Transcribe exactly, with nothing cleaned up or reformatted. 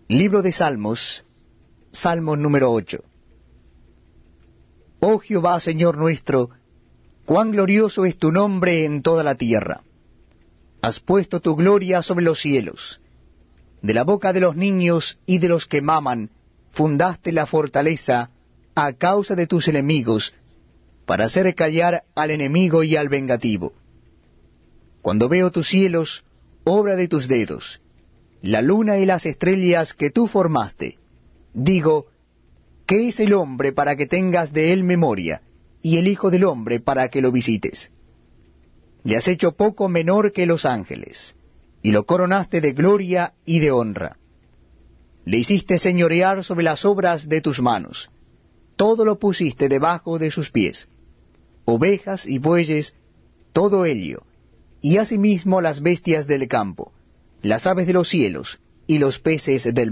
Libro de Salmos, Salmo número ocho. Oh Jehová, Señor nuestro, cuán glorioso es tu nombre en toda la tierra. Has puesto tu gloria sobre los cielos. De la boca de los niños y de los que maman, fundaste la fortaleza a causa de tus enemigos, para hacer callar al enemigo y al vengativo. Cuando veo tus cielos, obra de tus dedos, la luna y las estrellas que tú formaste, digo, ¿qué es el hombre para que tengas de él memoria, y el hijo del hombre para que lo visites? Le has hecho poco menor que los ángeles, y lo coronaste de gloria y de honra. Le hiciste señorear sobre las obras de tus manos, todo lo pusiste debajo de sus pies, ovejas y bueyes, todo ello, y asimismo las bestias del campo, las aves de los cielos, y los peces del